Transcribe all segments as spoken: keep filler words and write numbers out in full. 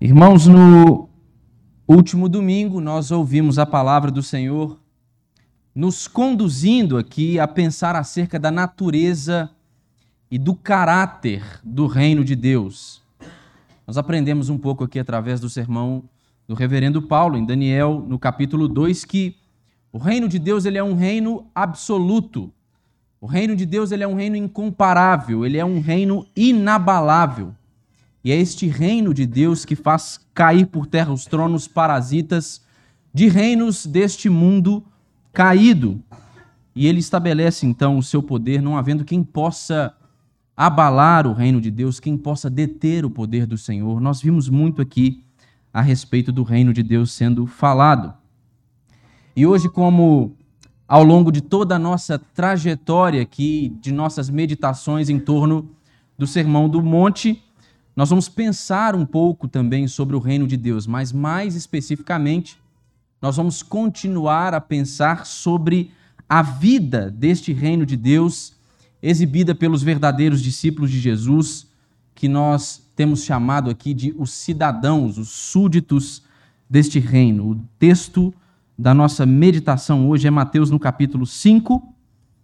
Irmãos, no último domingo nós ouvimos a palavra do Senhor nos conduzindo aqui a pensar acerca da natureza e do caráter do reino de Deus. Nós aprendemos um pouco aqui através do sermão do reverendo Paulo, em Daniel, no capítulo dois, que o reino de Deus ele é um reino absoluto. O reino de Deus ele é um reino incomparável, ele é um reino inabalável. E é este reino de Deus que faz cair por terra os tronos parasitas de reinos deste mundo caído. E ele estabelece então o seu poder, não havendo quem possa abalar o reino de Deus, quem possa deter o poder do Senhor. Nós vimos muito aqui a respeito do reino de Deus sendo falado. E hoje, como ao longo de toda a nossa trajetória aqui, de nossas meditações em torno do Sermão do Monte, nós vamos pensar um pouco também sobre o reino de Deus, mas mais especificamente, nós vamos continuar a pensar sobre a vida deste reino de Deus, exibida pelos verdadeiros discípulos de Jesus, que nós temos chamado aqui de os cidadãos, os súditos deste reino. O texto da nossa meditação hoje é Mateus no capítulo cinco,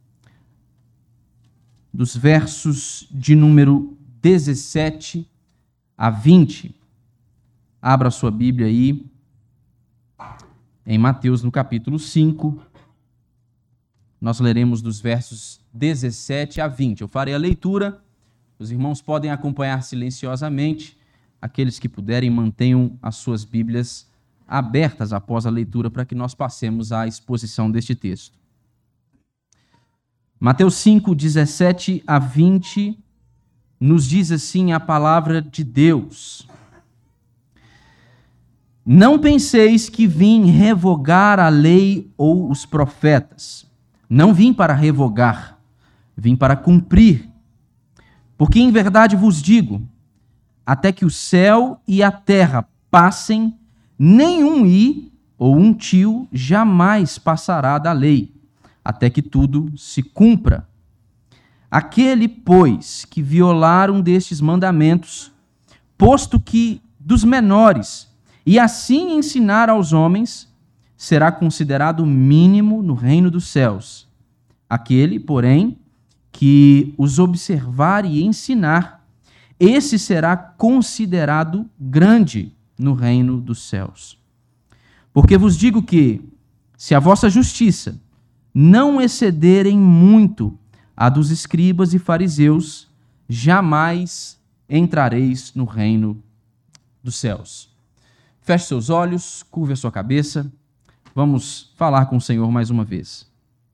dos versos de número dezessete a vinte. Abra a sua Bíblia aí, em Mateus no capítulo cinco, nós leremos dos versos dezessete a vinte. Eu farei a leitura, os irmãos podem acompanhar silenciosamente, aqueles que puderem mantenham as suas Bíblias abertas após a leitura para que nós passemos à exposição deste texto. Mateus cinco, dezessete a vinte, nos diz assim a palavra de Deus: Não penseis que vim revogar a lei ou os profetas. Não vim para revogar, vim para cumprir. Porque em verdade vos digo, até que o céu e a terra passem, nenhum i ou um tio jamais passará da lei, até que tudo se cumpra. Aquele, pois, que violar um destes mandamentos, posto que dos menores, e assim ensinar aos homens, será considerado mínimo no reino dos céus. Aquele, porém, que os observar e ensinar, esse será considerado grande no reino dos céus. Porque vos digo que, se a vossa justiça não excederem muito a dos escribas e fariseus, jamais entrareis no reino dos céus. Feche seus olhos, curve a sua cabeça. Vamos falar com o Senhor mais uma vez.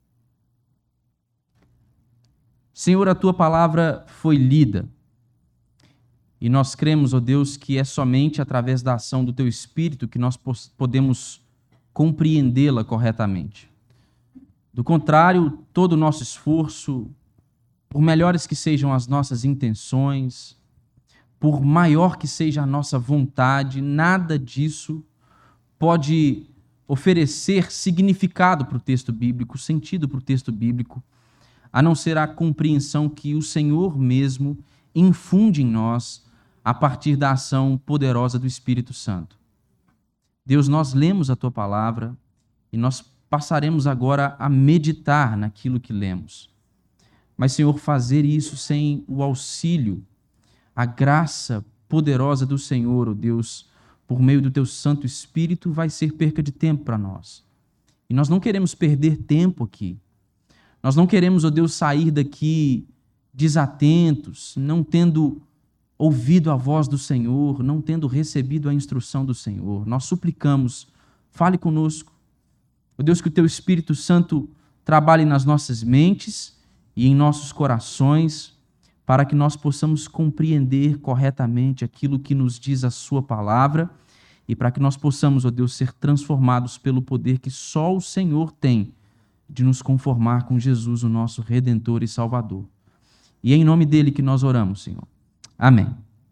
Senhor, a tua palavra foi lida. E nós cremos, ó Deus, que é somente através da ação do teu Espírito que nós podemos compreendê-la corretamente. Do contrário, todo o nosso esforço, por melhores que sejam as nossas intenções, por maior que seja a nossa vontade, nada disso pode oferecer significado para o texto bíblico, sentido para o texto bíblico, a não ser a compreensão que o Senhor mesmo infunde em nós a partir da ação poderosa do Espírito Santo. Deus, nós lemos a tua palavra e nós passaremos agora a meditar naquilo que lemos. Mas, Senhor, fazer isso sem o auxílio, a graça poderosa do Senhor, ó Deus, por meio do teu Santo Espírito, vai ser perca de tempo para nós. E nós não queremos perder tempo aqui. Nós não queremos, ó Deus, sair daqui desatentos, não tendo ouvido a voz do Senhor, não tendo recebido a instrução do Senhor. Nós suplicamos, fale conosco. Ó Deus, que o teu Espírito Santo trabalhe nas nossas mentes e em nossos corações, para que nós possamos compreender corretamente aquilo que nos diz a sua palavra e para que nós possamos, ó Deus, ser transformados pelo poder que só o Senhor tem de nos conformar com Jesus, o nosso Redentor e Salvador. E é em nome dele que nós oramos, Senhor. Amém.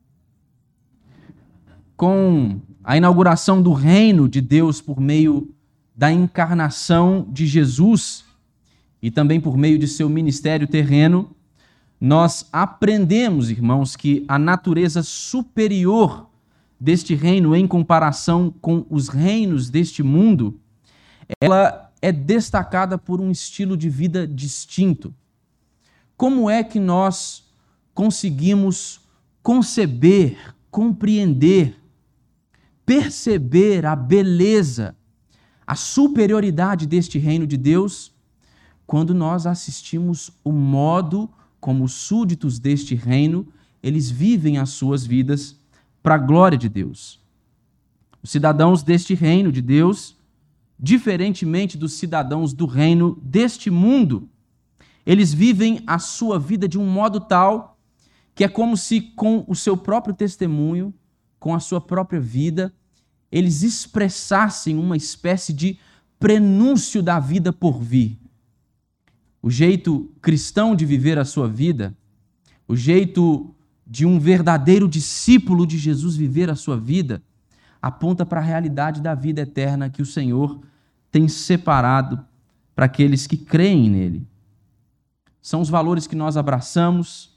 Com a inauguração do reino de Deus por meio da encarnação de Jesus e também por meio de seu ministério terreno, nós aprendemos, irmãos, que a natureza superior deste reino em comparação com os reinos deste mundo, ela é destacada por um estilo de vida distinto. Como é que nós conseguimos conceber, compreender, perceber a beleza, a superioridade deste reino de Deus, quando nós assistimos o modo como os súditos deste reino, eles vivem as suas vidas para a glória de Deus. Os cidadãos deste reino de Deus, diferentemente dos cidadãos do reino deste mundo, eles vivem a sua vida de um modo tal que é como se com o seu próprio testemunho, com a sua própria vida, eles expressassem uma espécie de prenúncio da vida por vir. O jeito cristão de viver a sua vida, o jeito de um verdadeiro discípulo de Jesus viver a sua vida, aponta para a realidade da vida eterna que o Senhor tem separado para aqueles que creem nele. São os valores que nós abraçamos,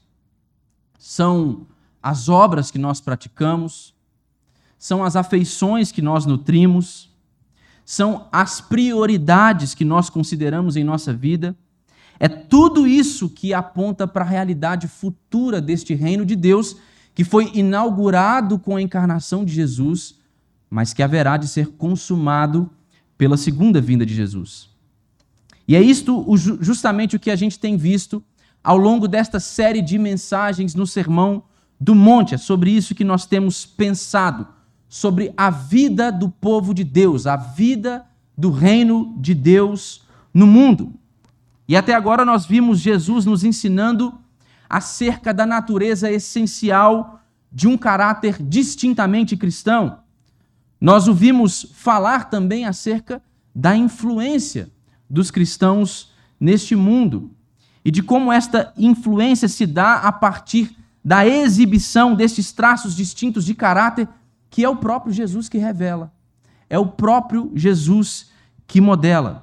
são as obras que nós praticamos, são as afeições que nós nutrimos, são as prioridades que nós consideramos em nossa vida. É tudo isso que aponta para a realidade futura deste reino de Deus, que foi inaugurado com a encarnação de Jesus, mas que haverá de ser consumado pela segunda vinda de Jesus. E é isto justamente o que a gente tem visto ao longo desta série de mensagens no Sermão do Monte. É sobre isso que nós temos pensado, sobre a vida do povo de Deus, a vida do reino de Deus no mundo. E até agora nós vimos Jesus nos ensinando acerca da natureza essencial de um caráter distintamente cristão. Nós o vimos falar também acerca da influência dos cristãos neste mundo e de como esta influência se dá a partir da exibição destes traços distintos de caráter que é o próprio Jesus que revela, é o próprio Jesus que modela.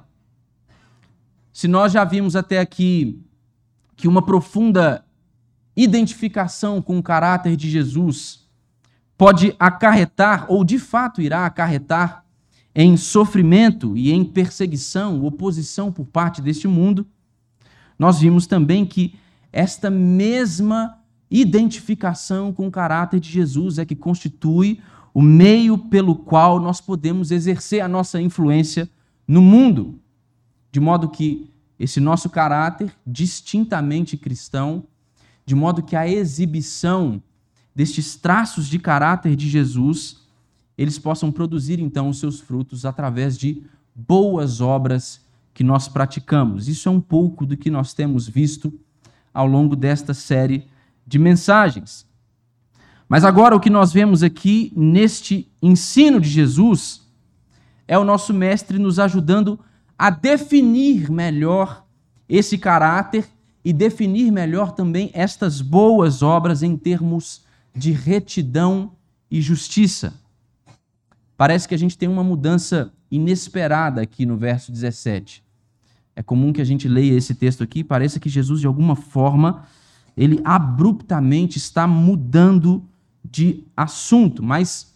Se nós já vimos até aqui que uma profunda identificação com o caráter de Jesus pode acarretar, ou de fato irá acarretar, em sofrimento e em perseguição, oposição por parte deste mundo, nós vimos também que esta mesma identificação com o caráter de Jesus é que constitui o meio pelo qual nós podemos exercer a nossa influência no mundo. De modo que esse nosso caráter distintamente cristão, de modo que a exibição destes traços de caráter de Jesus, eles possam produzir então os seus frutos através de boas obras que nós praticamos. Isso é um pouco do que nós temos visto ao longo desta série de mensagens. Mas agora o que nós vemos aqui neste ensino de Jesus é o nosso mestre nos ajudando a definir melhor esse caráter e definir melhor também estas boas obras em termos de retidão e justiça. Parece que a gente tem uma mudança inesperada aqui no verso dezessete. É comum que a gente leia esse texto aqui e pareça que Jesus, de alguma forma, ele abruptamente está mudando de assunto, mas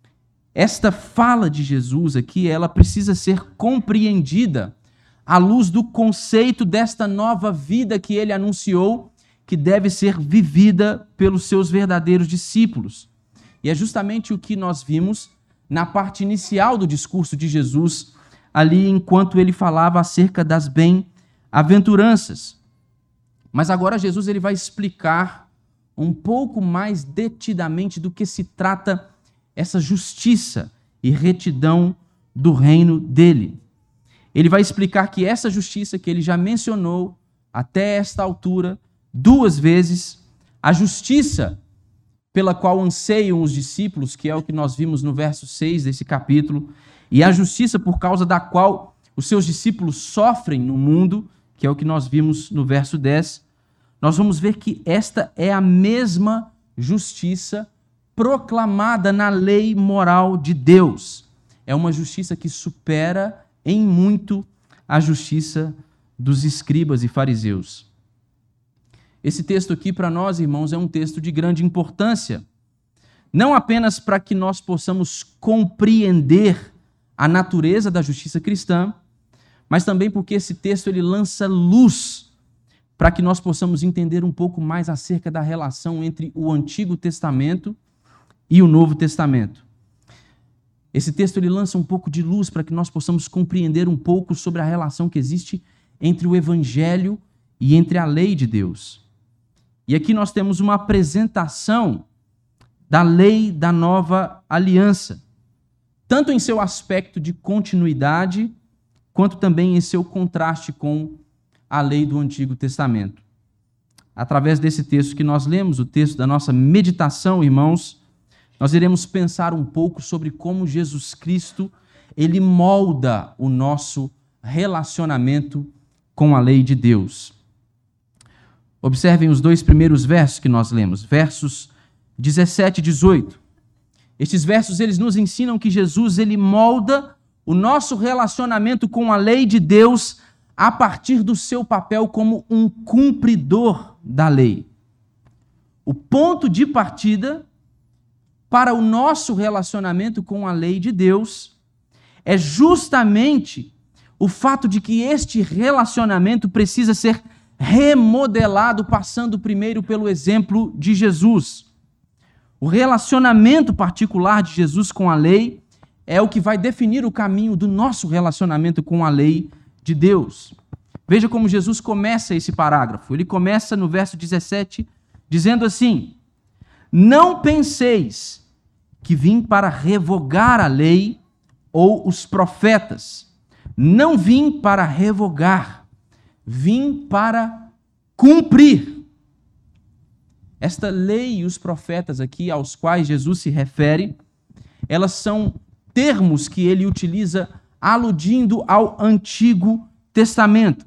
esta fala de Jesus aqui, ela precisa ser compreendida à luz do conceito desta nova vida que ele anunciou, que deve ser vivida pelos seus verdadeiros discípulos. E é justamente o que nós vimos na parte inicial do discurso de Jesus, ali enquanto ele falava acerca das bem-aventuranças. Mas agora Jesus ele vai explicar um pouco mais detidamente do que se trata essa justiça e retidão do reino dele. Ele vai explicar que essa justiça que ele já mencionou até esta altura, duas vezes, a justiça pela qual anseiam os discípulos, que é o que nós vimos no verso seis desse capítulo, e a justiça por causa da qual os seus discípulos sofrem no mundo, que é o que nós vimos no verso dez, nós vamos ver que esta é a mesma justiça proclamada na lei moral de Deus. É uma justiça que supera em muito a justiça dos escribas e fariseus. Esse texto aqui, para nós, irmãos, é um texto de grande importância. não apenas para que nós possamos compreender a natureza da justiça cristã, mas também porque esse texto ele lança luz para que nós possamos entender um pouco mais acerca da relação entre o Antigo Testamento e o Novo Testamento. Esse texto ele lança um pouco de luz para que nós possamos compreender um pouco sobre a relação que existe entre o Evangelho e entre a lei de Deus. E aqui nós temos uma apresentação da lei da nova aliança, tanto em seu aspecto de continuidade, quanto também em seu contraste com a lei do Antigo Testamento. Através desse texto que nós lemos, o texto da nossa meditação, irmãos, nós iremos pensar um pouco sobre como Jesus Cristo, ele molda o nosso relacionamento com a lei de Deus. Observem os dois primeiros versos que nós lemos, versos dezessete e dezoito. Estes versos eles nos ensinam que Jesus ele molda o nosso relacionamento com a lei de Deus a partir do seu papel como um cumpridor da lei. O ponto de partida para o nosso relacionamento com a lei de Deus é justamente o fato de que este relacionamento precisa ser remodelado, passando primeiro pelo exemplo de Jesus. O relacionamento particular de Jesus com a lei é o que vai definir o caminho do nosso relacionamento com a lei de Deus. Veja como Jesus começa esse parágrafo. Ele começa no verso dezessete, dizendo assim: não penseis que vim para revogar a lei ou os profetas. Não vim para revogar, vim para cumprir. Esta lei e os profetas aqui aos quais Jesus se refere, elas são termos que ele utiliza aludindo ao Antigo Testamento.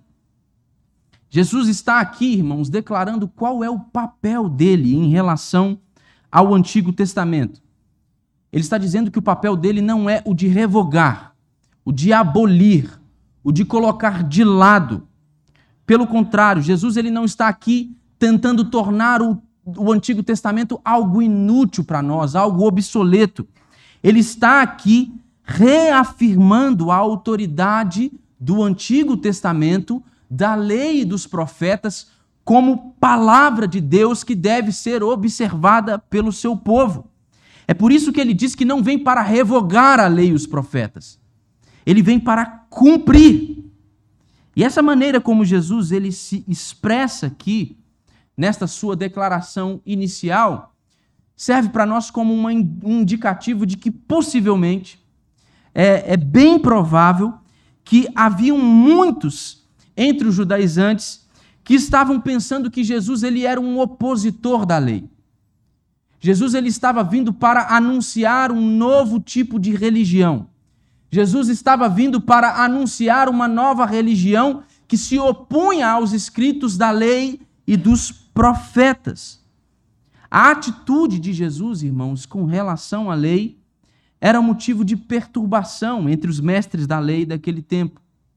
Jesus está aqui, irmãos, declarando qual é o papel dele em relação ao Antigo Testamento. Ele está dizendo que o papel dele não é o de revogar, o de abolir, o de colocar de lado. Pelo contrário, Jesus ele não está aqui tentando tornar o, o Antigo Testamento algo inútil para nós, algo obsoleto. Ele está aqui reafirmando a autoridade do Antigo Testamento, da lei e dos profetas, como palavra de Deus que deve ser observada pelo seu povo. É por isso que ele diz que não vem para revogar a lei e os profetas. Ele vem para cumprir. E essa maneira como Jesus ele se expressa aqui, nesta sua declaração inicial, serve para nós como um indicativo de que possivelmente é, é bem provável que haviam muitos entre os judaizantes que estavam pensando que Jesus ele era um opositor da lei. Jesus ele estava vindo para anunciar um novo tipo de religião. Jesus estava vindo para anunciar uma nova religião que se opunha aos escritos da lei e dos profetas. A atitude de Jesus, irmãos, com relação à lei, era motivo de perturbação entre os mestres da lei daquele tempo.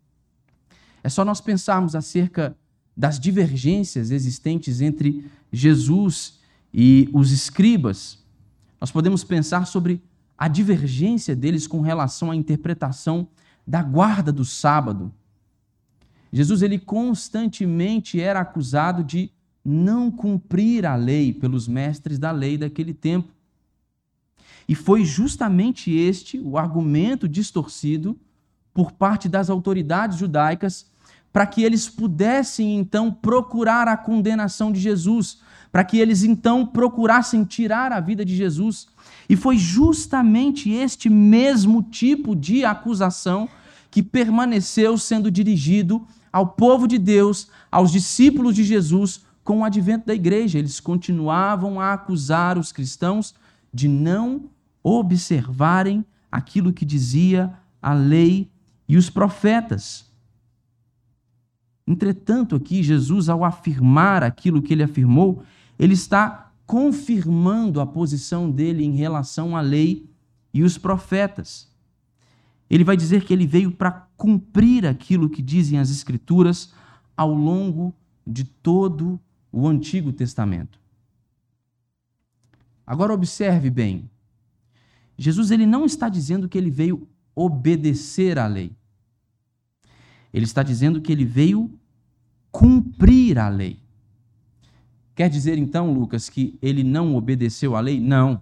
É só nós pensarmos acerca das divergências existentes entre Jesus e os escribas. Nós podemos pensar sobre a divergência deles com relação à interpretação da guarda do sábado. Jesus ele constantemente era acusado de não cumprir a lei pelos mestres da lei daquele tempo. E foi justamente este o argumento distorcido por parte das autoridades judaicas para que eles pudessem então procurar a condenação de Jesus, para que eles então procurassem tirar a vida de Jesus. E foi justamente este mesmo tipo de acusação que permaneceu sendo dirigido ao povo de Deus, aos discípulos de Jesus, com o advento da igreja. Eles continuavam a acusar os cristãos de não observarem aquilo que dizia a lei e os profetas. Entretanto, aqui, Jesus, ao afirmar aquilo que ele afirmou, ele está confirmando a posição dele em relação à lei e os profetas. Ele vai dizer que ele veio para cumprir aquilo que dizem as Escrituras ao longo de todo o Antigo Testamento. Agora observe bem. Jesus ele não está dizendo que ele veio obedecer à lei. Ele está dizendo que ele veio cumprir a lei. Quer dizer então, Lucas, que ele não obedeceu à lei? Não.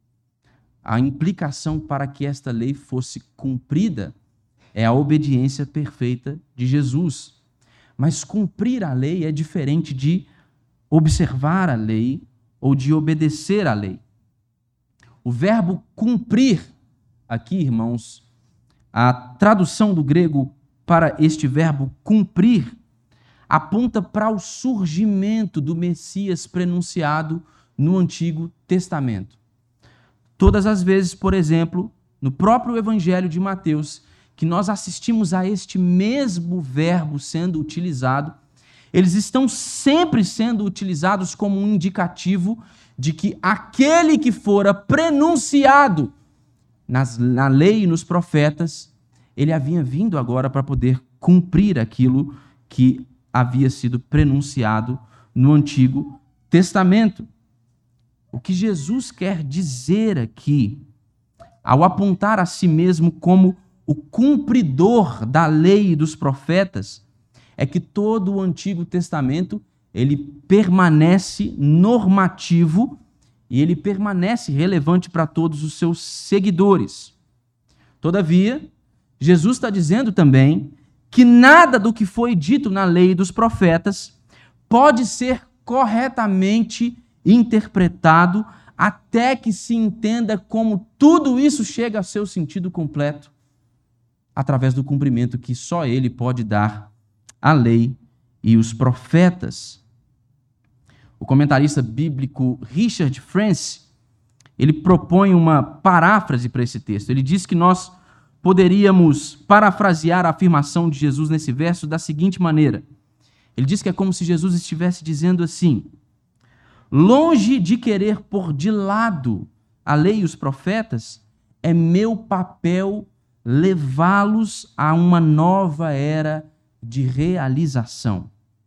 A implicação para que esta lei fosse cumprida é a obediência perfeita de Jesus. Mas cumprir a lei é diferente de observar a lei ou de obedecer à lei. O verbo cumprir, aqui, irmãos, a tradução do grego para este verbo cumprir aponta para o surgimento do Messias prenunciado no Antigo Testamento. Todas as vezes, por exemplo, no próprio Evangelho de Mateus, que nós assistimos a este mesmo verbo sendo utilizado, eles estão sempre sendo utilizados como um indicativo de que aquele que fora prenunciado nas, na lei e nos profetas, ele havia vindo agora para poder cumprir aquilo que havia sido prenunciado no Antigo Testamento. O que Jesus quer dizer aqui, ao apontar a si mesmo como o cumpridor da lei e dos profetas, é que todo o Antigo Testamento ele permanece normativo e ele permanece relevante para todos os seus seguidores. Todavia, Jesus está dizendo também que nada do que foi dito na lei e dos profetas pode ser corretamente interpretado até que se entenda como tudo isso chega ao seu sentido completo através do cumprimento que só ele pode dar à lei e os profetas. O comentarista bíblico Richard France, ele propõe uma paráfrase para esse texto. Ele diz que nós poderíamos parafrasear a afirmação de Jesus nesse verso da seguinte maneira. Ele diz que é como se Jesus estivesse dizendo assim: longe de querer pôr de lado a lei e os profetas, é meu papel levá-los a uma nova era de realização.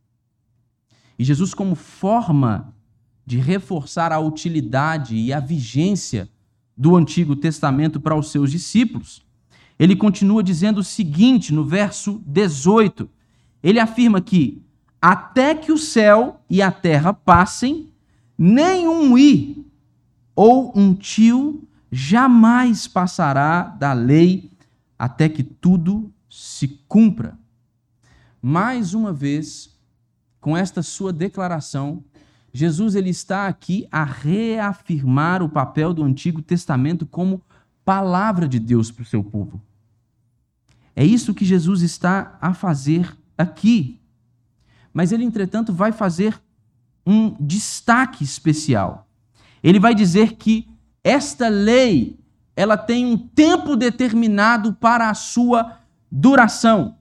E Jesus, como forma de reforçar a utilidade e a vigência do Antigo Testamento para os seus discípulos, ele continua dizendo o seguinte no verso dezoito. Ele afirma que até que o céu e a terra passem, nem um i ou um tio jamais passará da lei até que tudo se cumpra. Mais uma vez, com esta sua declaração, Jesus ele está aqui a reafirmar o papel do Antigo Testamento como palavra de Deus para o seu povo. É isso que Jesus está a fazer aqui. Mas ele, entretanto, vai fazer um destaque especial. Ele vai dizer que esta lei, ela tem um tempo determinado para a sua duração.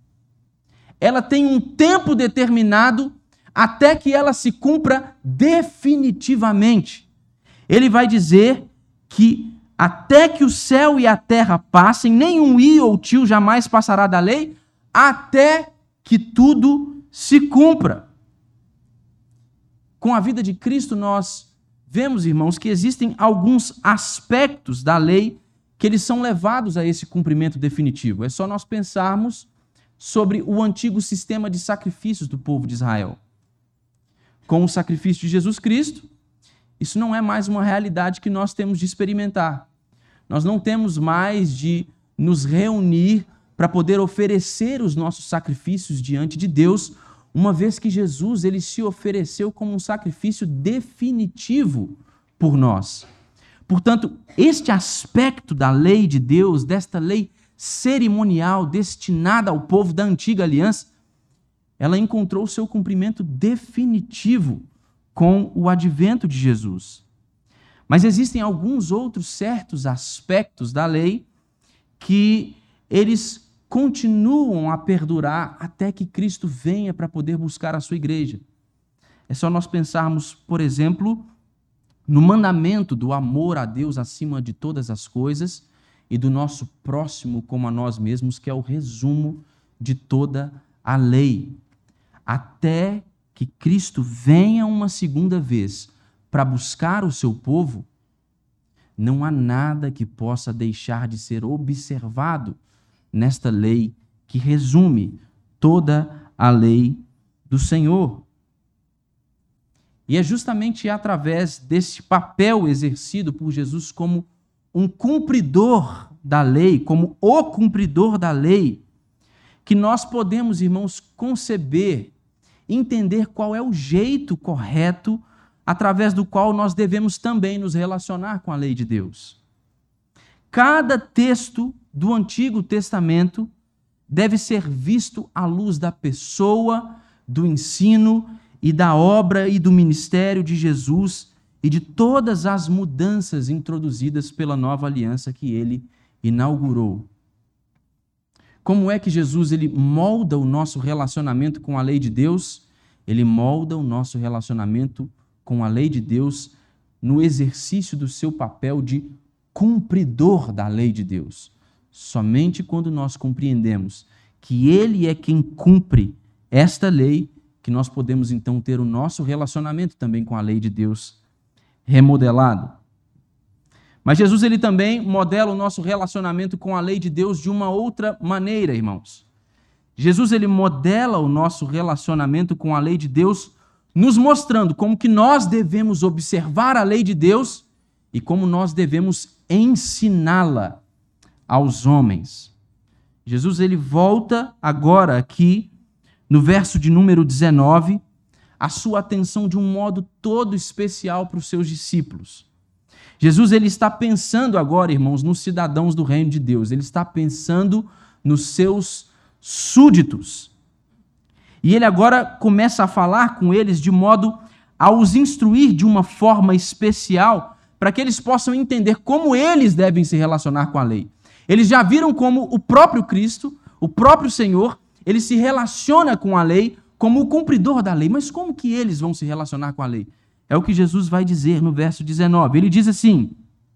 Ela tem um tempo determinado até que ela se cumpra definitivamente. Ele vai dizer que até que o céu e a terra passem, nenhum i ou tio jamais passará da lei, até que tudo se cumpra. Com a vida de Cristo, nós vemos, irmãos, que existem alguns aspectos da lei que eles são levados a esse cumprimento definitivo. É só nós pensarmos sobre o antigo sistema de sacrifícios do povo de Israel. Com o sacrifício de Jesus Cristo, isso não é mais uma realidade que nós temos de experimentar. Nós não temos mais de nos reunir para poder oferecer os nossos sacrifícios diante de Deus, uma vez que Jesus ele se ofereceu como um sacrifício definitivo por nós. Portanto, este aspecto da lei de Deus, desta lei cerimonial destinada ao povo da antiga aliança, ela encontrou seu cumprimento definitivo com o advento de Jesus. Mas existem alguns outros certos aspectos da lei que eles continuam a perdurar até que Cristo venha para poder buscar a sua igreja. É só nós pensarmos, por exemplo, no mandamento do amor a Deus acima de todas as coisas e do nosso próximo como a nós mesmos, que é o resumo de toda a lei. Até que Cristo venha uma segunda vez para buscar o seu povo, não há nada que possa deixar de ser observado nesta lei que resume toda a lei do Senhor. E é justamente através desse papel exercido por Jesus como um cumpridor da lei, como o cumpridor da lei, que nós podemos, irmãos, conceber, entender qual é o jeito correto através do qual nós devemos também nos relacionar com a lei de Deus. Cada texto do Antigo Testamento deve ser visto à luz da pessoa, do ensino e da obra e do ministério de Jesus e de todas as mudanças introduzidas pela nova aliança que ele inaugurou. Como é que Jesus ele molda o nosso relacionamento com a lei de Deus? Ele molda o nosso relacionamento com a lei de Deus no exercício do seu papel de cumpridor da lei de Deus. Somente quando nós compreendemos que ele é quem cumpre esta lei, que nós podemos então ter o nosso relacionamento também com a lei de Deus remodelado. Mas Jesus ele também modela o nosso relacionamento com a lei de Deus de uma outra maneira, irmãos. Jesus ele modela o nosso relacionamento com a lei de Deus nos mostrando como que nós devemos observar a lei de Deus e como nós devemos ensiná-la aos homens. Jesus ele volta agora aqui no verso de número dezenove, a sua atenção de um modo todo especial para os seus discípulos. Jesus ele está pensando agora, irmãos, nos cidadãos do reino de Deus. Ele está pensando nos seus súditos. E ele agora começa a falar com eles de modo a os instruir de uma forma especial para que eles possam entender como eles devem se relacionar com a lei. Eles já viram como o próprio Cristo, o próprio Senhor, ele se relaciona com a lei como o cumpridor da lei. Mas como que eles vão se relacionar com a lei? É o que Jesus vai dizer no verso dezenove. Ele diz assim: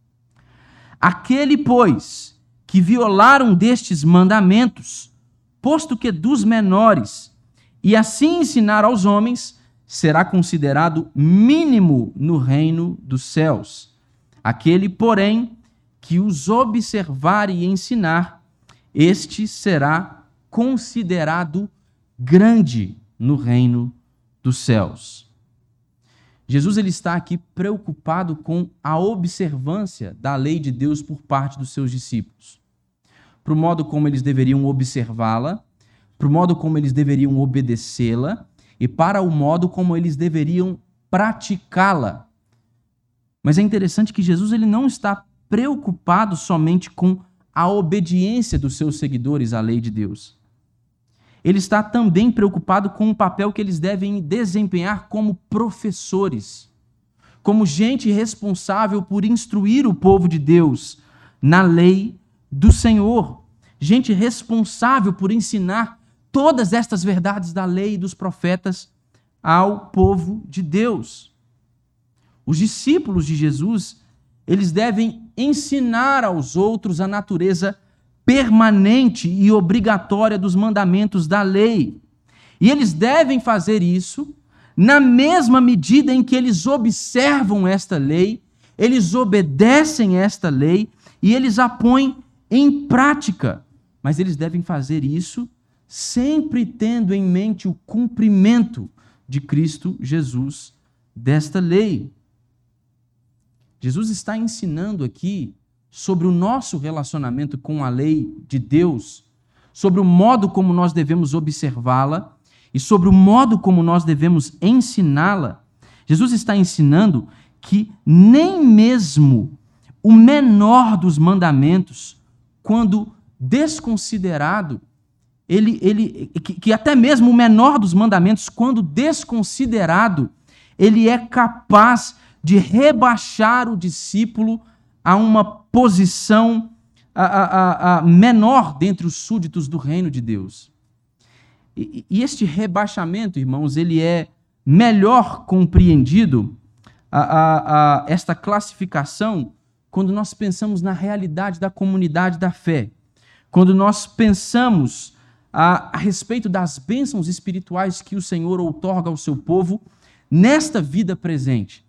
aquele, pois, que violar um destes mandamentos, posto que dos menores, e assim ensinar aos homens, será considerado mínimo no reino dos céus. Aquele, porém, que os observar e ensinar, este será considerado grande no reino dos céus. Jesus ele está aqui preocupado com a observância da lei de Deus por parte dos seus discípulos. Para o modo como eles deveriam observá-la, para o modo como eles deveriam obedecê-la e para o modo como eles deveriam praticá-la. Mas é interessante que Jesus ele não está preocupado somente com a obediência dos seus seguidores à lei de Deus. Ele está também preocupado com o papel que eles devem desempenhar como professores, como gente responsável por instruir o povo de Deus na lei do Senhor, gente responsável por ensinar todas estas verdades da lei e dos profetas ao povo de Deus. Os discípulos de Jesus, eles devem ensinar aos outros a natureza permanente e obrigatória dos mandamentos da lei. E eles devem fazer isso na mesma medida em que eles observam esta lei, eles obedecem esta lei e eles a põem em prática. Mas eles devem fazer isso sempre tendo em mente o cumprimento de Cristo Jesus desta lei. Jesus está ensinando aqui sobre o nosso relacionamento com a lei de Deus, sobre o modo como nós devemos observá-la e sobre o modo como nós devemos ensiná-la. Jesus está ensinando que nem mesmo o menor dos mandamentos, quando desconsiderado, ele, ele, que, que até mesmo o menor dos mandamentos, quando desconsiderado, ele é capaz de rebaixar o discípulo a uma posição a, a, a menor dentre os súditos do reino de Deus. E, e este rebaixamento, irmãos, ele é melhor compreendido, a, a, a, esta classificação, quando nós pensamos na realidade da comunidade da fé, quando nós pensamos a, a respeito das bênçãos espirituais que o Senhor outorga ao seu povo nesta vida presente.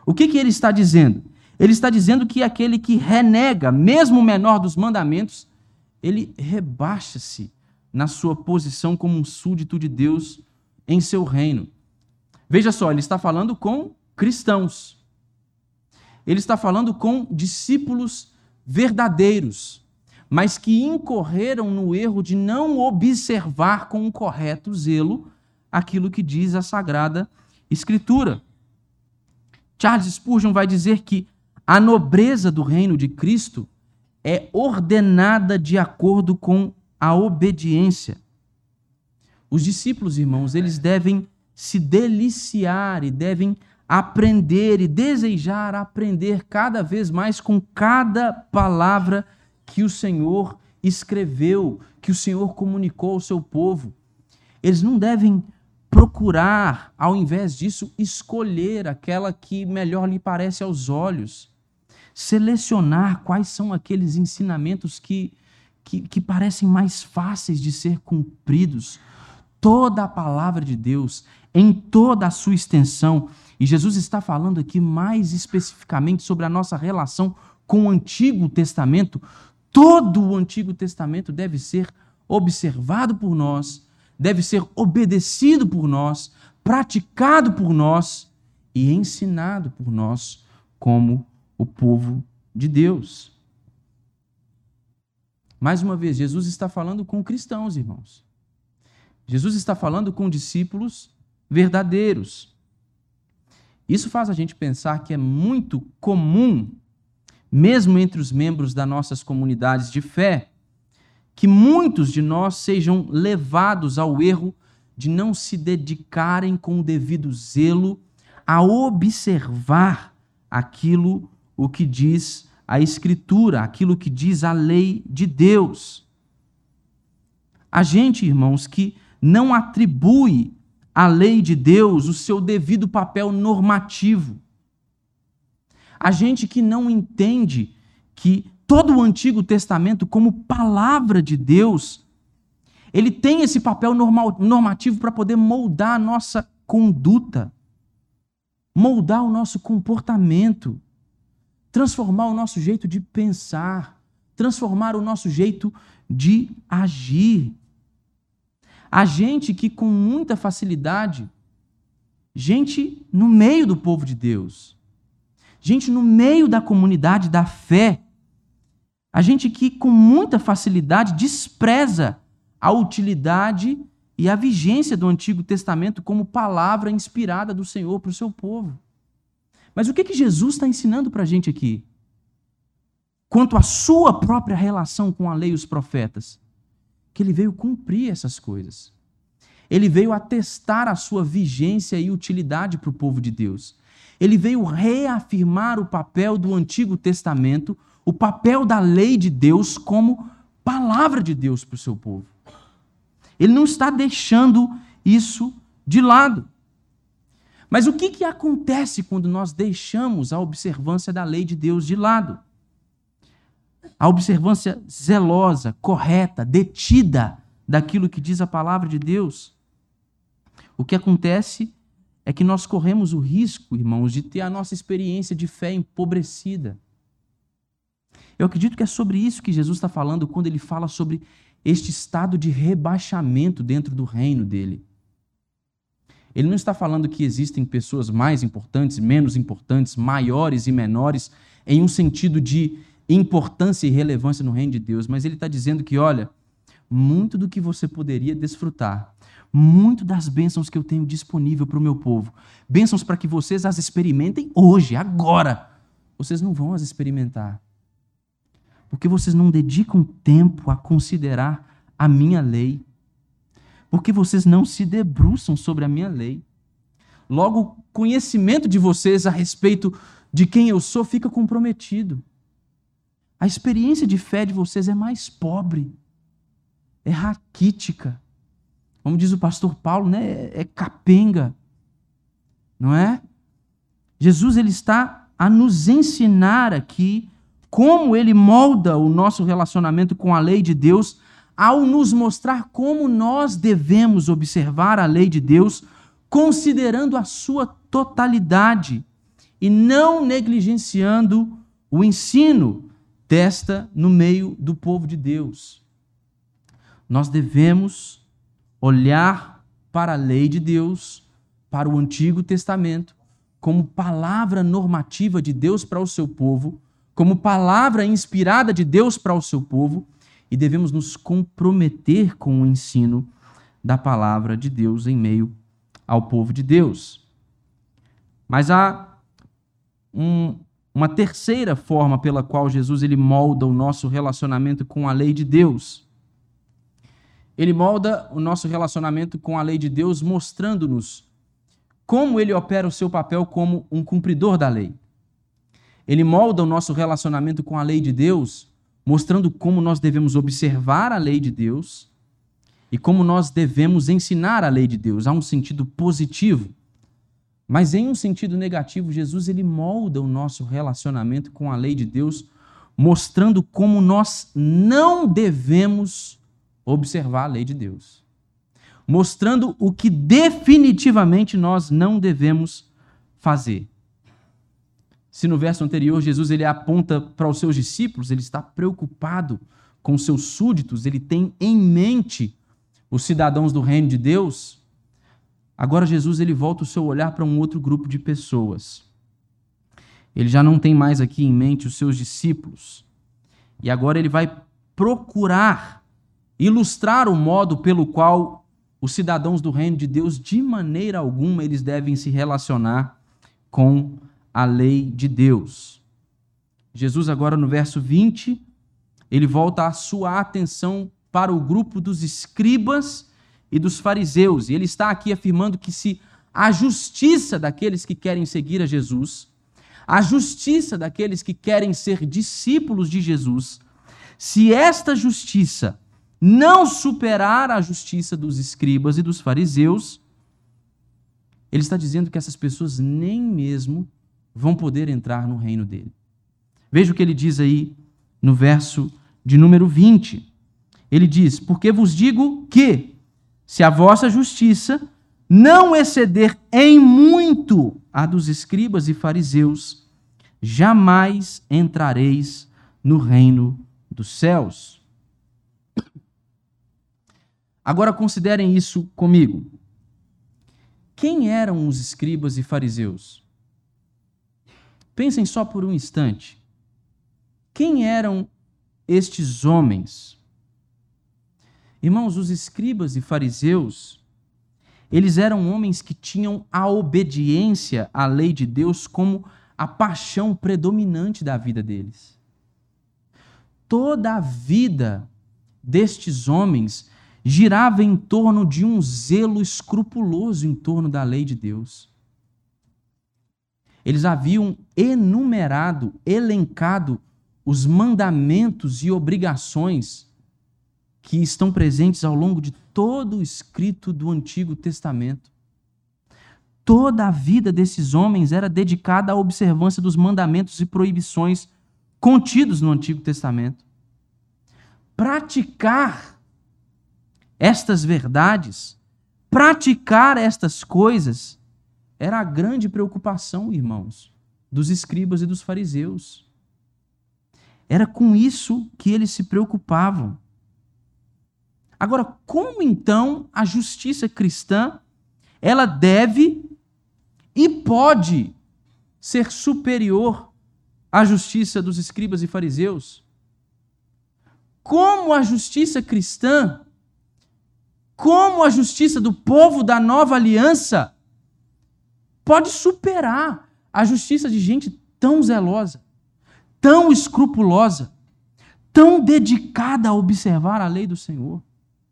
O que, que ele está dizendo? Ele está dizendo que aquele que renega, mesmo o menor dos mandamentos, ele rebaixa-se na sua posição como um súdito de Deus em seu reino. Veja só, ele está falando com cristãos. Ele está falando com discípulos verdadeiros, mas que incorreram no erro de não observar com um correto zelo aquilo que diz a Sagrada Escritura. Charles Spurgeon vai dizer que a nobreza do reino de Cristo é ordenada de acordo com a obediência. Os discípulos, irmãos, eles devem se deliciar e devem aprender e desejar aprender cada vez mais com cada palavra que o Senhor escreveu, que o Senhor comunicou ao seu povo. Eles não devem procurar, ao invés disso, escolher aquela que melhor lhe parece aos olhos. Selecionar quais são aqueles ensinamentos que, que, que parecem mais fáceis de ser cumpridos. Toda a palavra de Deus, em toda a sua extensão. E Jesus está falando aqui mais especificamente sobre a nossa relação com o Antigo Testamento. Todo o Antigo Testamento deve ser observado por nós, deve ser obedecido por nós, praticado por nós e ensinado por nós como o povo de Deus. Mais uma vez, Jesus está falando com cristãos, irmãos. Jesus está falando com discípulos verdadeiros. Isso faz a gente pensar que é muito comum, mesmo entre os membros das nossas comunidades de fé, que muitos de nós sejam levados ao erro de não se dedicarem com o devido zelo a observar aquilo o que diz a Escritura, aquilo que diz a lei de Deus. A gente, irmãos, que não atribui à lei de Deus o seu devido papel normativo. A gente que não entende que todo o Antigo Testamento, como palavra de Deus, ele tem esse papel normal, normativo para poder moldar a nossa conduta, moldar o nosso comportamento, transformar o nosso jeito de pensar, transformar o nosso jeito de agir. A gente que com muita facilidade, gente no meio do povo de Deus, gente no meio da comunidade da fé, a gente que com muita facilidade despreza a utilidade e a vigência do Antigo Testamento como palavra inspirada do Senhor para o seu povo. Mas o que, que Jesus está ensinando para a gente aqui? Quanto à sua própria relação com a lei e os profetas, que ele veio cumprir essas coisas. Ele veio atestar a sua vigência e utilidade para o povo de Deus. Ele veio reafirmar o papel do Antigo Testamento, o papel da lei de Deus como palavra de Deus para o seu povo. Ele não está deixando isso de lado. Mas o que, que acontece quando nós deixamos a observância da lei de Deus de lado? A observância zelosa, correta, detida daquilo que diz a palavra de Deus. O que acontece é que nós corremos o risco, irmãos, de ter a nossa experiência de fé empobrecida. Eu acredito que é sobre isso que Jesus está falando quando ele fala sobre este estado de rebaixamento dentro do reino dele. Ele não está falando que existem pessoas mais importantes, menos importantes, maiores e menores, em um sentido de importância e relevância no reino de Deus, mas ele está dizendo que, olha, muito do que você poderia desfrutar, muito das bênçãos que eu tenho disponível para o meu povo, bênçãos para que vocês as experimentem hoje, agora, vocês não vão as experimentar. Porque vocês não dedicam tempo a considerar a minha lei. Porque vocês não se debruçam sobre a minha lei. Logo, o conhecimento de vocês a respeito de quem eu sou fica comprometido. A experiência de fé de vocês é mais pobre, é raquítica. Como diz o pastor Paulo, né? É capenga, não é? Jesus ele está a nos ensinar aqui como ele molda o nosso relacionamento com a lei de Deus ao nos mostrar como nós devemos observar a lei de Deus considerando a sua totalidade e não negligenciando o ensino desta no meio do povo de Deus. Nós devemos olhar para a lei de Deus, para o Antigo Testamento, como palavra normativa de Deus para o seu povo, como palavra inspirada de Deus para o seu povo, e devemos nos comprometer com o ensino da palavra de Deus em meio ao povo de Deus. Mas há um, uma terceira forma pela qual Jesus ele molda o nosso relacionamento com a lei de Deus. Ele molda o nosso relacionamento com a lei de Deus mostrando-nos como ele opera o seu papel como um cumpridor da lei. Ele molda o nosso relacionamento com a lei de Deus mostrando como nós devemos observar a lei de Deus e como nós devemos ensinar a lei de Deus. Há um sentido positivo. Mas em um sentido negativo, Jesus ele molda o nosso relacionamento com a lei de Deus, mostrando como nós não devemos observar a lei de Deus. Mostrando o que definitivamente nós não devemos fazer. Se no verso anterior Jesus ele aponta para os seus discípulos, ele está preocupado com os seus súditos, ele tem em mente os cidadãos do reino de Deus. Agora Jesus ele volta o seu olhar para um outro grupo de pessoas. Ele já não tem mais aqui em mente os seus discípulos. E agora ele vai procurar ilustrar o modo pelo qual os cidadãos do reino de Deus, de maneira alguma, eles devem se relacionar com a lei de Deus. Jesus agora no verso vinte, ele volta a sua atenção para o grupo dos escribas e dos fariseus. E ele está aqui afirmando que se a justiça daqueles que querem seguir a Jesus, a justiça daqueles que querem ser discípulos de Jesus, se esta justiça não superar a justiça dos escribas e dos fariseus, ele está dizendo que essas pessoas nem mesmo vão poder entrar no reino dele. Veja o que ele diz aí no verso de número vinte. Ele diz: porque vos digo que, se a vossa justiça não exceder em muito a dos escribas e fariseus, jamais entrareis no reino dos céus. Agora considerem isso comigo. Quem eram os escribas e fariseus? Pensem só por um instante. Quem eram estes homens? Irmãos, os escribas e fariseus, eles eram homens que tinham a obediência à lei de Deus como a paixão predominante da vida deles. Toda a vida destes homens girava em torno de um zelo escrupuloso em torno da lei de Deus. Eles haviam enumerado, elencado os mandamentos e obrigações que estão presentes ao longo de todo o escrito do Antigo Testamento. Toda a vida desses homens era dedicada à observância dos mandamentos e proibições contidos no Antigo Testamento. Praticar estas verdades, praticar estas coisas, era a grande preocupação, irmãos, dos escribas e dos fariseus. Era com isso que eles se preocupavam. Agora, como então a justiça cristã, ela deve e pode ser superior à justiça dos escribas e fariseus? Como a justiça cristã, como a justiça do povo da nova aliança pode superar a justiça de gente tão zelosa, tão escrupulosa, tão dedicada a observar a lei do Senhor?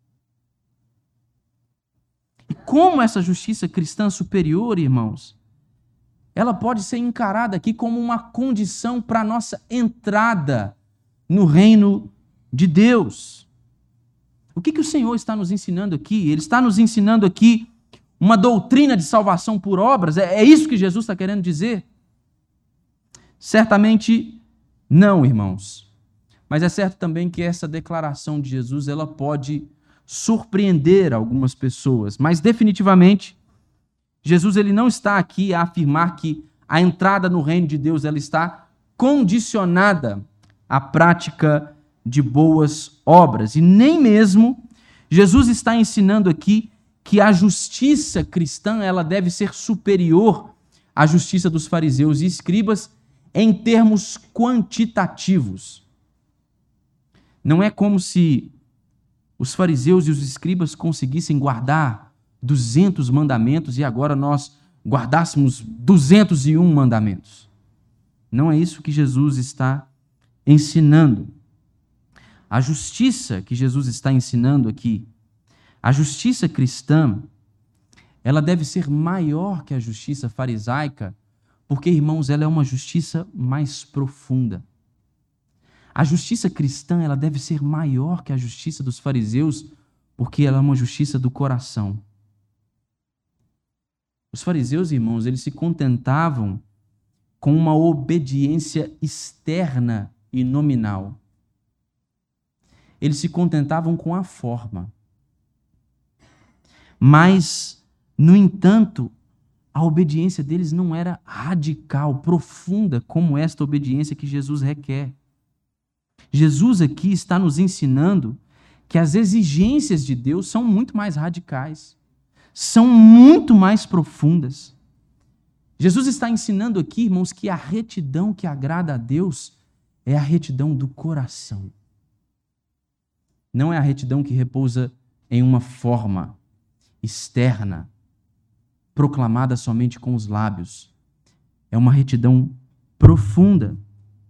E como essa justiça cristã superior, irmãos, ela pode ser encarada aqui como uma condição para a nossa entrada no reino de Deus. O que, que o Senhor está nos ensinando aqui? Ele está nos ensinando aqui uma doutrina de salvação por obras? É, é isso que Jesus está querendo dizer? Certamente não, irmãos. Mas é certo também que essa declaração de Jesus, ela pode surpreender algumas pessoas. Mas definitivamente, Jesus ele não está aqui a afirmar que a entrada no reino de Deus ela está condicionada à prática de boas obras. E nem mesmo Jesus está ensinando aqui que a justiça cristã ela deve ser superior à justiça dos fariseus e escribas em termos quantitativos. Não é como se os fariseus e os escribas conseguissem guardar duzentos mandamentos e agora nós guardássemos duzentos e um mandamentos. Não é isso que Jesus está ensinando. A justiça que Jesus está ensinando aqui, a justiça cristã, ela deve ser maior que a justiça farisaica, porque, irmãos, ela é uma justiça mais profunda. A justiça cristã, ela deve ser maior que a justiça dos fariseus, porque ela é uma justiça do coração. Os fariseus, irmãos, eles se contentavam com uma obediência externa e nominal. Eles se contentavam com a forma. Mas, no entanto, a obediência deles não era radical, profunda, como esta obediência que Jesus requer. Jesus aqui está nos ensinando que as exigências de Deus são muito mais radicais, são muito mais profundas. Jesus está ensinando aqui, irmãos, que a retidão que agrada a Deus é a retidão do coração. Não é a retidão que repousa em uma forma externa, proclamada somente com os lábios. É uma retidão profunda.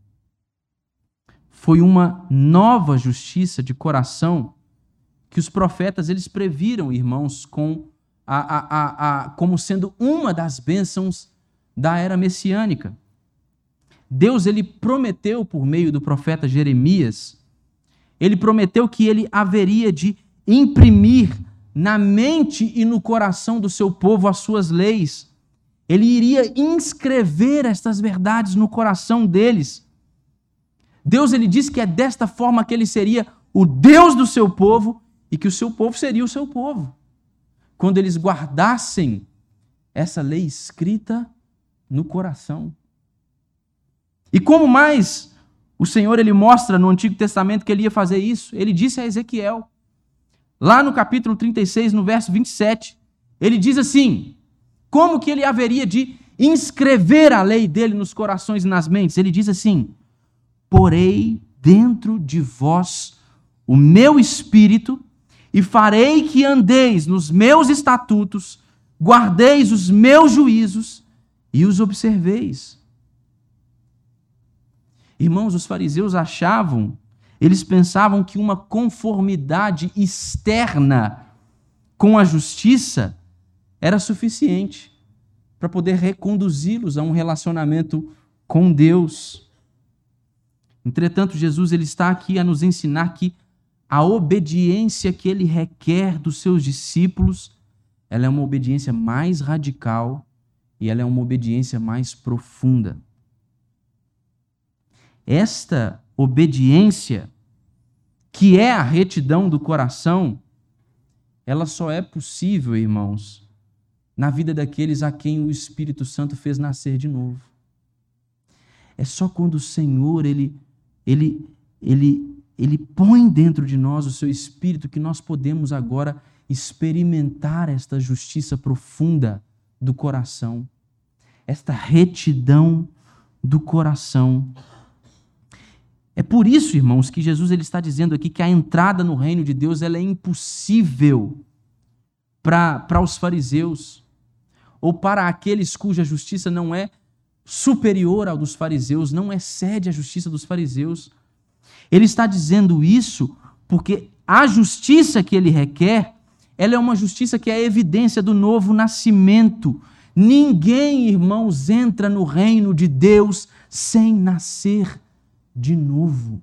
Foi uma nova justiça de coração que os profetas eles previram, irmãos, com a, a, a, a, como sendo uma das bênçãos da era messiânica. Deus ele prometeu por meio do profeta Jeremias, ele prometeu que ele haveria de imprimir na mente e no coração do seu povo as suas leis. Ele iria inscrever estas verdades no coração deles. Deus ele disse que é desta forma que ele seria o Deus do seu povo e que o seu povo seria o seu povo. Quando eles guardassem essa lei escrita no coração. E como mais o Senhor ele mostra no Antigo Testamento que ele ia fazer isso? Ele disse a Ezequiel, lá no capítulo trinta e seis, no verso vinte e sete, ele diz assim, como que ele haveria de inscrever a lei dele nos corações e nas mentes? Ele diz assim, porei dentro de vós o meu espírito e farei que andeis nos meus estatutos, guardeis os meus juízos e os observeis. Irmãos, os fariseus achavam, eles pensavam que uma conformidade externa com a justiça era suficiente para poder reconduzi-los a um relacionamento com Deus. Entretanto, Jesus ele está aqui a nos ensinar que a obediência que ele requer dos seus discípulos, ela é uma obediência mais radical e ela é uma obediência mais profunda. Esta obediência, que é a retidão do coração, ela só é possível, irmãos, na vida daqueles a quem o Espírito Santo fez nascer de novo. É só quando o Senhor ele, ele, ele, ele põe dentro de nós o seu Espírito que nós podemos agora experimentar esta justiça profunda do coração, esta retidão do coração. É por isso, irmãos, que Jesus ele está dizendo aqui que a entrada no reino de Deus ela é impossível para os fariseus ou para aqueles cuja justiça não é superior ao dos fariseus, não excede a justiça dos fariseus. Ele está dizendo isso porque a justiça que ele requer, ela é uma justiça que é a evidência do novo nascimento. Ninguém, irmãos, entra no reino de Deus sem nascer de novo,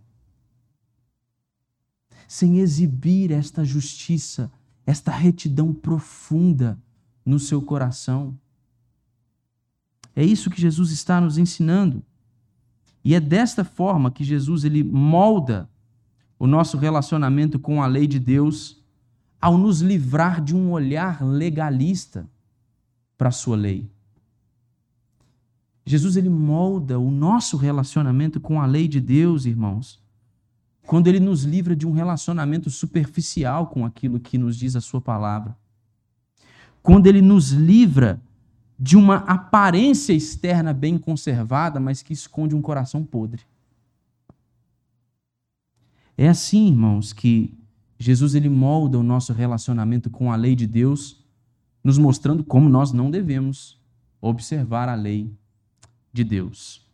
sem exibir esta justiça, esta retidão profunda no seu coração. É isso que Jesus está nos ensinando. E é desta forma que Jesus ele molda o nosso relacionamento com a lei de Deus ao nos livrar de um olhar legalista para a sua lei. Jesus ele molda o nosso relacionamento com a lei de Deus, irmãos, quando ele nos livra de um relacionamento superficial com aquilo que nos diz a sua palavra. Quando ele nos livra de uma aparência externa bem conservada, mas que esconde um coração podre. É assim, irmãos, que Jesus ele molda o nosso relacionamento com a lei de Deus, nos mostrando como nós não devemos observar a lei de Deus.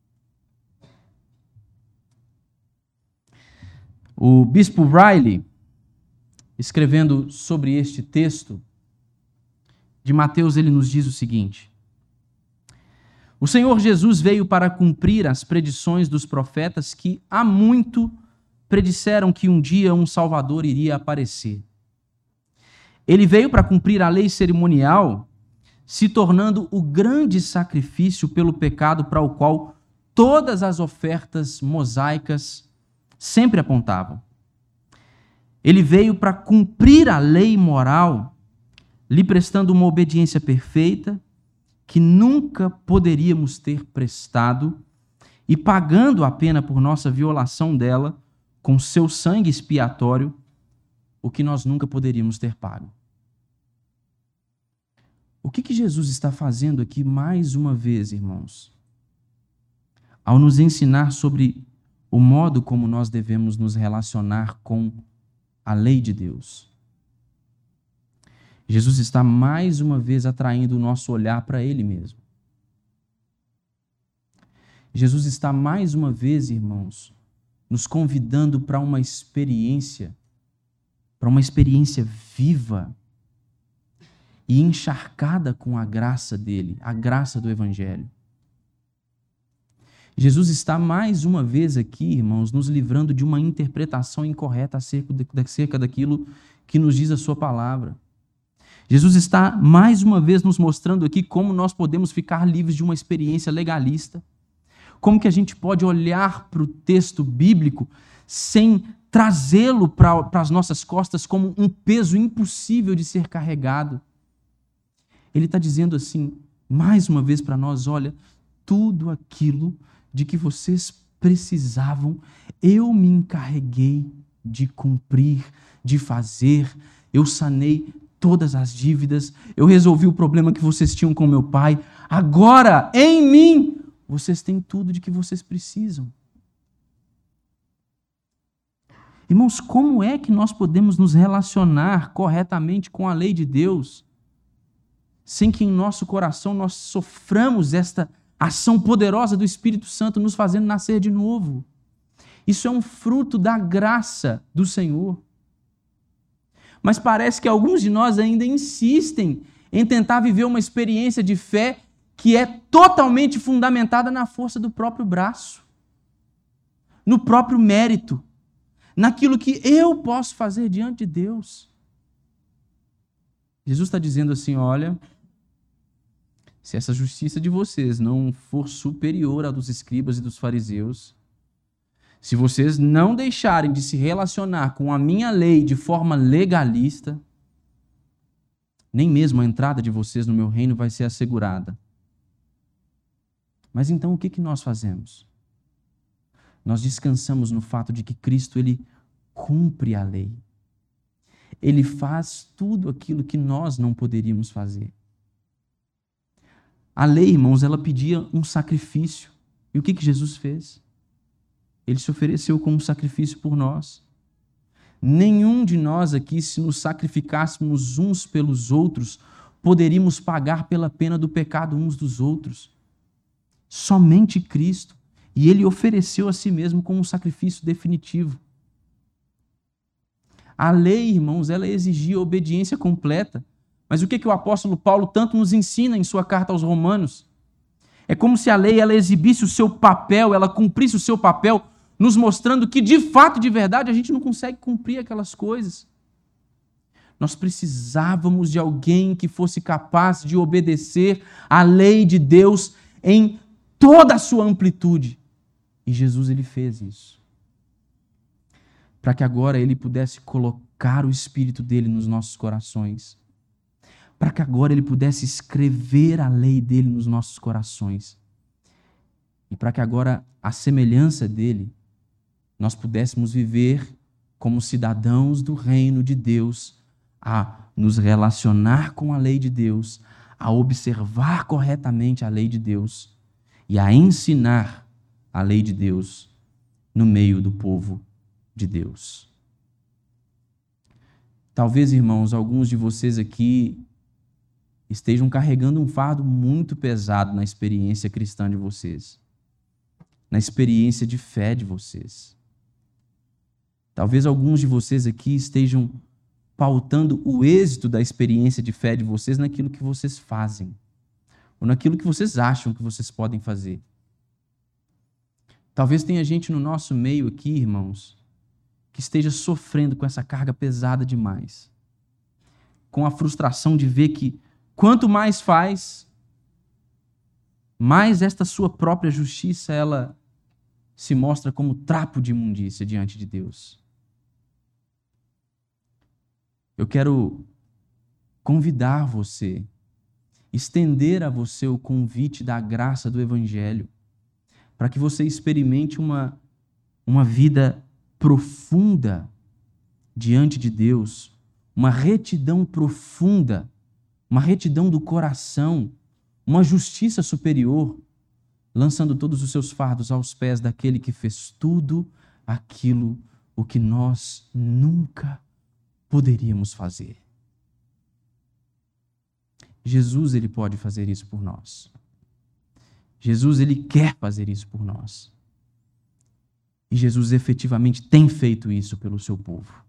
O bispo Riley, escrevendo sobre este texto de Mateus, ele nos diz o seguinte: o Senhor Jesus veio para cumprir as predições dos profetas que há muito predisseram que um dia um Salvador iria aparecer. Ele veio para cumprir a lei cerimonial, se tornando o grande sacrifício pelo pecado para o qual todas as ofertas mosaicas sempre apontavam. Ele veio para cumprir a lei moral, lhe prestando uma obediência perfeita que nunca poderíamos ter prestado e pagando a pena por nossa violação dela com seu sangue expiatório, o que nós nunca poderíamos ter pago. O que que Jesus está fazendo aqui mais uma vez, irmãos? Ao nos ensinar sobre o modo como nós devemos nos relacionar com a lei de Deus. Jesus está mais uma vez atraindo o nosso olhar para Ele mesmo. Jesus está mais uma vez, irmãos, nos convidando para uma experiência, para uma experiência viva e encharcada com a graça dele, a graça do Evangelho. Jesus está mais uma vez aqui, irmãos, nos livrando de uma interpretação incorreta acerca daquilo que nos diz a sua palavra. Jesus está mais uma vez nos mostrando aqui como nós podemos ficar livres de uma experiência legalista, como que a gente pode olhar para o texto bíblico sem trazê-lo para, para as nossas costas como um peso impossível de ser carregado. Ele está dizendo assim, mais uma vez para nós, olha, tudo aquilo de que vocês precisavam, eu me encarreguei de cumprir, de fazer, eu sanei todas as dívidas, eu resolvi o problema que vocês tinham com meu pai, agora, em mim, vocês têm tudo de que vocês precisam. Irmãos, como é que nós podemos nos relacionar corretamente com a lei de Deus, sem que em nosso coração nós soframos esta ação poderosa do Espírito Santo nos fazendo nascer de novo? Isso é um fruto da graça do Senhor. Mas parece que alguns de nós ainda insistem em tentar viver uma experiência de fé que é totalmente fundamentada na força do próprio braço, no próprio mérito, naquilo que eu posso fazer diante de Deus. Jesus está dizendo assim, olha, se essa justiça de vocês não for superior à dos escribas e dos fariseus, se vocês não deixarem de se relacionar com a minha lei de forma legalista, nem mesmo a entrada de vocês no meu reino vai ser assegurada. Mas então o que que nós fazemos? Nós descansamos no fato de que Cristo ele cumpre a lei. Ele faz tudo aquilo que nós não poderíamos fazer. A lei, irmãos, ela pedia um sacrifício. E o que que Jesus fez? Ele se ofereceu como um sacrifício por nós. Nenhum de nós aqui, se nos sacrificássemos uns pelos outros, poderíamos pagar pela pena do pecado uns dos outros. Somente Cristo. E Ele ofereceu a si mesmo como um sacrifício definitivo. A lei, irmãos, ela exigia obediência completa. Mas o que, que o apóstolo Paulo tanto nos ensina em sua carta aos Romanos? É como se a lei ela exibisse o seu papel, ela cumprisse o seu papel, nos mostrando que, de fato, de verdade, a gente não consegue cumprir aquelas coisas. Nós precisávamos de alguém que fosse capaz de obedecer à lei de Deus em toda a sua amplitude. E Jesus, ele fez isso. Para que agora ele pudesse colocar o Espírito dele nos nossos corações. Para que agora ele pudesse escrever a lei dele nos nossos corações. e para que agora, à semelhança dele, nós pudéssemos viver como cidadãos do reino de Deus, a nos relacionar com a lei de Deus, a observar corretamente a lei de Deus e a ensinar a lei de Deus no meio do povo de Deus. Talvez, irmãos, alguns de vocês aqui estejam carregando um fardo muito pesado na experiência cristã de vocês, na experiência de fé de vocês. Talvez alguns de vocês aqui estejam pautando o êxito da experiência de fé de vocês naquilo que vocês fazem, ou naquilo que vocês acham que vocês podem fazer. Talvez tenha gente no nosso meio aqui, irmãos, que esteja sofrendo com essa carga pesada demais, com a frustração de ver que quanto mais faz, mais esta sua própria justiça ela se mostra como trapo de imundícia diante de Deus. Eu quero convidar você, estender a você o convite da graça do Evangelho, para que você experimente uma, uma vida profunda diante de Deus, uma retidão profunda, uma retidão do coração, uma justiça superior, lançando todos os seus fardos aos pés daquele que fez tudo aquilo o que nós nunca poderíamos fazer. Jesus, ele pode fazer isso por nós. Jesus, ele quer fazer isso por nós. E Jesus efetivamente tem feito isso pelo seu povo.